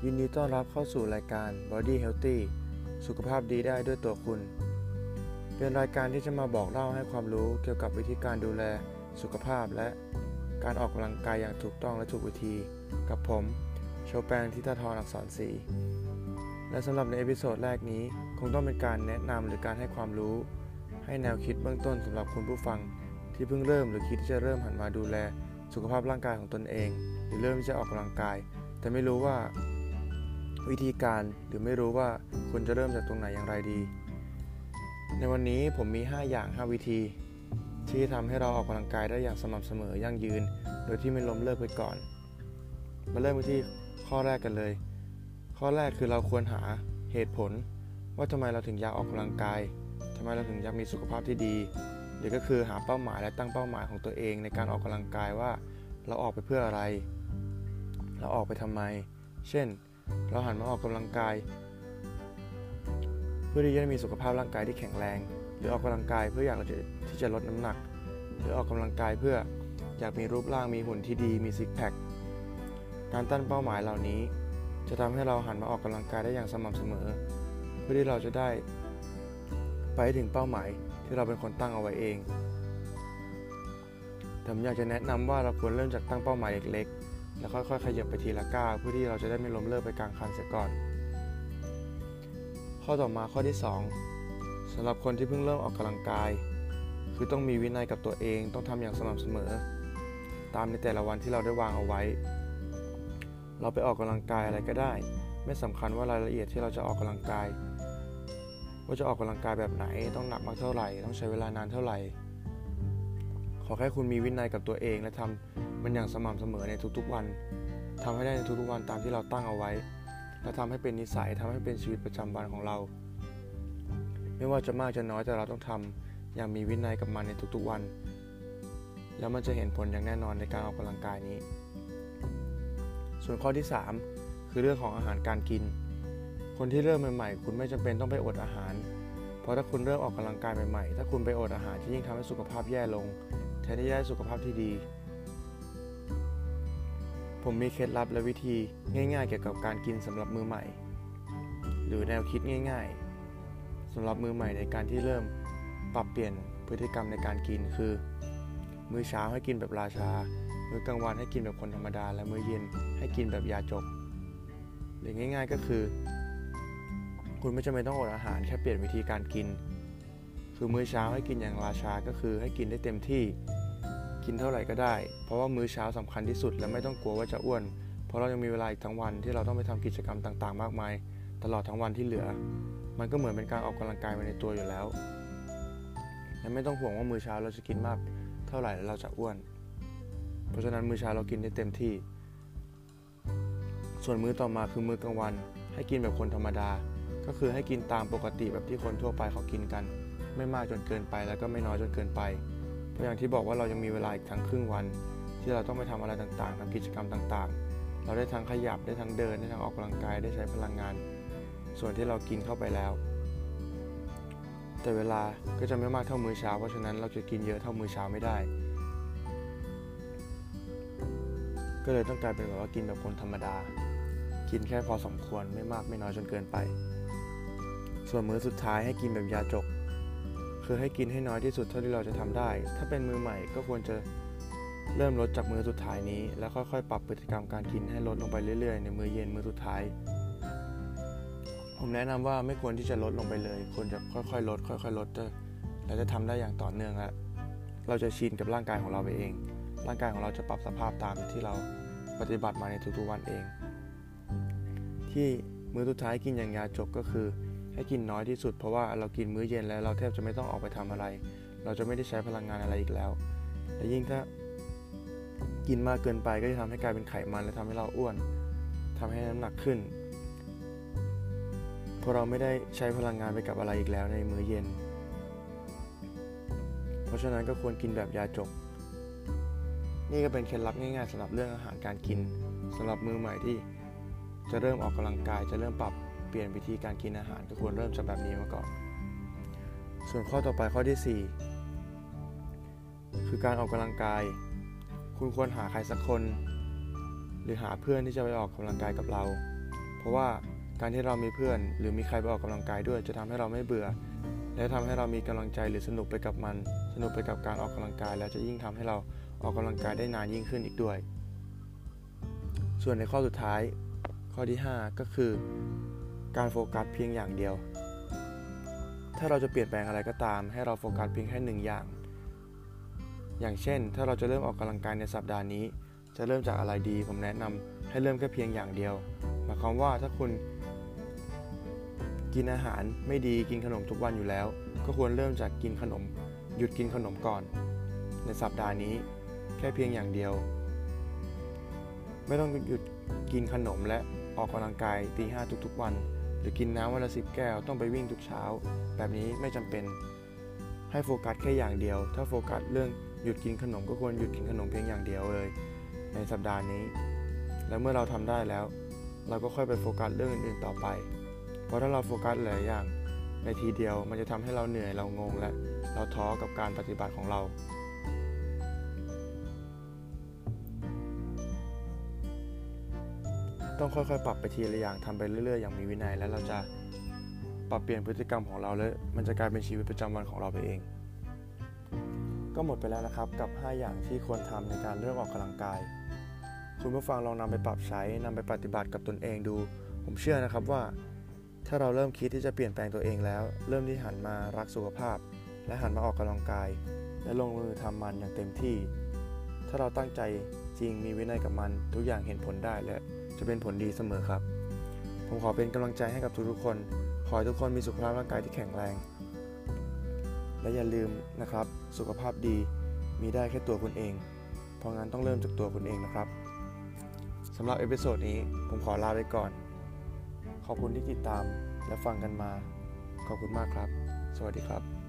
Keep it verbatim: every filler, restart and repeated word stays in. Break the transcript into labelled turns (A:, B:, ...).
A: ยินดีต้อนรับเข้าสู่รายการ Body Healthy สุขภาพดีได้ด้วยตัวคุณเป็นรายการที่จะมาบอกเล่าให้ความรู้เกี่ยวกับวิธีการดูแลสุขภาพและการออกกำลังกายอย่างถูกต้องและถูกวิธีกับผมโชแปงทิตาธรอักษรศรีและสำหรับในเอพิโซดแรกนี้คงต้องเป็นการแนะนำหรือการให้ความรู้ให้แนวคิดเบื้องต้นสำหรับคุณผู้ฟังที่เพิ่งเริ่มหรือคิดที่จะเริ่มหันมาดูแลสุขภาพร่างกายของตนเองหรือเริ่มที่จะออกกำลังกายแต่ไม่รู้ว่าวิธีการหรือไม่รู้ว่าควรจะเริ่มจากตรงไหนอย่างไรดีในวันนี้ผมมีห้าอย่างห้าวิธีที่ทำให้เราออกกำลังกายได้อย่างสม่ำเสมอยั่งยืนโดยที่ไม่ล้มเลิกไปก่อนมาเริ่มกันที่ข้อแรกกันเลยข้อแรกคือเราควรหาเหตุผลว่าทำไมเราถึงอยากออกกำลังกายทำไมเราถึงอยากมีสุขภาพที่ดีหรือก็คือหาเป้าหมายและตั้งเป้าหมายของตัวเองในการออกกำลังกายว่าเราออกไปเพื่ออะไรเราออกไปทำไมเช่นเราหันมาออกกำลังกายเพื่อที่จะมีสุขภาพร่างกายที่แข็งแรงหรือออกกำลังกายเพื่ออยากที่จะลดน้ำหนักหรือออกกำลังกายเพื่ออยากมีรูปร่างมีหุ่นที่ดีมีซิกแพคการตั้งเป้าหมายเหล่านี้จะทำให้เราหันมาออกกำลังกายได้อย่างสม่ำเสมอเพื่อที่เราจะได้ไปถึงเป้าหมายที่เราเป็นคนตั้งเอาไว้เองผมอยากจะแนะนำว่าเราควรเริ่มจากตั้งเป้าหมายเล็กๆแล้วค่อยๆขยับไปทีละก้าวเพื่อที่เราจะได้ไม่ล้มเลิกไปกลางคันเสียก่อนข้อต่อมาข้อที่สองสำหรับคนที่เพิ่งเริ่มออกกำลังกายคือต้องมีวินัยกับตัวเองต้องทำอย่างสม่ำเสมอตามในแต่ละวันที่เราได้วางเอาไว้เราไปออกกำลังกายอะไรก็ได้ไม่สำคัญว่ารายละเอียดที่เราจะออกกำลังกายว่าจะออกกำลังกายแบบไหนต้องหนักมากเท่าไหร่ต้องใช้เวลานานเท่าไหร่ขอแค่คุณมีวินัยกับตัวเองและทำมันอย่างสม่ำเสมอในทุกๆวันทำให้ได้ในทุกๆวันตามที่เราตั้งเอาไว้และทำให้เป็นนิสัยทำให้เป็นชีวิตประจำวันของเราไม่ว่าจะมากจะน้อยแต่เราต้องทำอย่างมีวินัยกับมันในทุกๆวันแล้วมันจะเห็นผลอย่างแน่นอนในการออกกำลังกายนี้ส่วนข้อที่สามคือเรื่องของอาหารการกินคนที่เริ่มใหม่ๆคุณไม่จำเป็นต้องไปอดอาหารเพราะถ้าคุณเริ่มออกกำลังกายใหม่ๆถ้าคุณไปอดอาหารที่ยิ่งทำให้สุขภาพแย่ลงแทนที่จะได้สุขภาพที่ดีผมมีเคล็ดลับและวิธีง่ายๆเกี่ยวกับการกินสำหรับมือใหม่หรือแนวคิดง่ายๆสำหรับมือใหม่ในการที่เริ่มปรับเปลี่ยนพฤติกรรมในการกินคือมื้อเช้าให้กินแบบราชามื้อกลางวันให้กินแบบคนธรรมดาและมื้อเย็นให้กินแบบยาจกหรือง่ายๆก็คือคุณไม่จำเป็นต้องอดอาหารแค่เปลี่ยนวิธีการกินคือมื้อเช้าให้กินอย่างราชาก็คือให้กินได้เต็มที่กินเท่าไหร่ก็ได้เพราะว่ามื้อเช้าสำคัญที่สุดและไม่ต้องกลัวว่าจะอ้วนเพราะเรายังมีเวลาอีกทั้งวันที่เราต้องไปทำกิจกรรมต่างๆมากมายตลอดทั้งวันที่เหลือมันก็เหมือนเป็นการออกกำลังกายไปในตัวอยู่แล้วและไม่ต้องห่วงว่ามื้อเช้าเราจะกินมากเท่าไหร่แล้วเราจะอ้วนเพราะฉะนั้นมื้อเช้าเรากินได้เต็มที่ส่วนมื้อต่อมาคือมื้อกลางวันให้กินแบบคนธรรมดาก็คือให้กินตามปกติแบบที่คนทั่วไปเขากินกันไม่มากจนเกินไปแล้วก็ไม่น้อยจนเกินไปเพราะอย่างที่บอกว่าเรายังมีเวลาอีกทั้งครึ่งวันที่เราต้องไปทำอะไรต่างๆทำกิจกรรมต่างๆเราได้ทั้งขยับได้ทั้งเดินได้ทั้งออกกำลังกายได้ใช้พลังงานส่วนที่เรากินเข้าไปแล้วแต่เวลาก็จะไม่มากเท่ามื้อเช้าเพราะฉะนั้นเราจะกินเยอะเท่ามื้อเช้าไม่ได้ก็เลยต้องกลายเป็นแบบว่ากินแบบคนธรรมดากินแค่พอสมควรไม่มากไม่น้อยจนเกินไปส่วนมื้อสุดท้ายให้กินแบบยาจกคือให้กินให้น้อยที่สุดเท่าที่เราจะทำได้ถ้าเป็นมือใหม่ก็ควรจะเริ่มลดจากมื้อสุดท้ายนี้แล้วค่อยๆปรับพฤติกรรมการกินให้ลดลงไปเรื่อยๆในมื้อเย็นมื้อสุดท้ายผมแนะนำว่าไม่ควรที่จะลดลงไปเลยควรจะค่อยๆลดค่อยๆลดแล้วจะทำได้อย่างต่อเนื่องแล้วเราจะชินกับร่างกายของเราไปเองร่างกายของเราจะปรับสภาพตามที่เราปฏิบัติมาในทุกๆวันเองที่มื้อสุดท้ายกินอย่างยาจกก็คือให้กินน้อยที่สุดเพราะว่าเรากินมื้อเย็นแล้วเราแทบจะไม่ต้องออกไปทำอะไรเราจะไม่ได้ใช้พลังงานอะไรอีกแล้วแต่ยิ่งถ้ากินมากเกินไปก็จะทำให้กลายเป็นไขมันและทำให้เราอ้วนทำให้น้ำหนักขึ้นเพราะเราไม่ได้ใช้พลังงานไปกับอะไรอีกแล้วในมื้อเย็นเพราะฉะนั้นก็ควรกินแบบยาจกนี่ก็เป็นเคล็ดลับง่ายๆสำหรับเรื่องอาหารการกินสำหรับมือใหม่ที่จะเริ่มออกกำลังกายจะเริ่มปรับเปลี่ยนวิธีการกินอาหารก็ควรเริ่มจากแบบนี้มาก่อนส่วนข้อต่อไปข้อที่สี่คือการออกกำลังกายคุณควรหาใครสักคนหรือหาเพื่อนที่จะไปออกกำลังกายกับเราเพราะว่าการที่เรามีเพื่อนหรือมีใครไปออกกำลังกายด้วยจะทำให้เราไม่เบื่อและทำให้เรามีกำลังใจหรือสนุกไปกับมันสนุกไปกับการออกกำลังกายและจะยิ่งทำให้เราออกกำลังกายได้นานยิ่งขึ้นอีกด้วยส่วนในข้อสุดท้ายข้อที่ห้าก็คือการโฟกัสเพียงอย่างเดียวถ้าเราจะเปลี่ยนแปลงอะไรก็ตามให้เราโฟกัสเพียงแค่หนึ่งอย่างอย่างเช่นถ้าเราจะเริ่มออกกำลังกายในสัปดาห์นี้จะเริ่มจากอะไรดีผมแนะนำให้เริ่มแค่เพียงอย่างเดียวหมายความว่าถ้าคุณกินอาหารไม่ดีกินขนมทุกวันอยู่แล้วก็ควรเริ่มจากกินขนมหยุดกินขนมก่อนในสัปดาห์นี้แค่เพียงอย่างเดียวไม่ต้องหยุดกินขนมและออกกำลังกายตีห้าทุกๆวันหรือกินน้ำวันละสิบแก้วต้องไปวิ่งทุกเช้าแบบนี้ไม่จำเป็นให้โฟกัสแค่อย่างเดียวถ้าโฟกัสเรื่องหยุดกินขนมก็ควรหยุดกินขนมเพียงอย่างเดียวเลยในสัปดาห์นี้แล้วเมื่อเราทำได้แล้วเราก็ค่อยไปโฟกัสเรื่องอื่นๆต่อไปเพราะถ้าเราโฟกัสหลายอย่างในทีเดียวมันจะทำให้เราเหนื่อยเรางงและเราท้อกับการปฏิบัติของเราต้องค่อยๆปรับไปทีละอย่างทำไปเรื่อยๆอย่างมีวินัยแล้วเราจะปรับเปลี่ยนพฤติกรรมของเราและมันจะกลายเป็นชีวิตประจำวันของเราไปเองก็หมดไปแล้วนะครับกับห้าอย่างที่ควรทำในการเริ่มออกกำลังกายคุณผู้ฟังลองนำไปปรับใช้นำไปปฏิบัติกับตนเองดูผมเชื่อนะครับว่าถ้าเราเริ่มคิดที่จะเปลี่ยนแปลงตัวเองแล้วเริ่มที่หันมารักสุขภาพและหันมาออกกำลังกายและลงมือทำมันอย่างเต็มที่ถ้าเราตั้งใจจริงมีวินัยกับมันทุกอย่างเห็นผลได้และจะเป็นผลดีเสมอครับผมขอเป็นกำลังใจให้กับทุกๆคนขอให้ทุกคนมีสุขภาพร่างกายที่แข็งแรงและอย่าลืมนะครับสุขภาพดีมีได้แค่ตัวคุณเองเพราะงั้นต้องเริ่มจากตัวคุณเองนะครับสำหรับเอพิโซดนี้ผมขอลาไปก่อนขอบคุณที่ติดตามและฟังกันมาขอบคุณมากครับสวัสดีครับ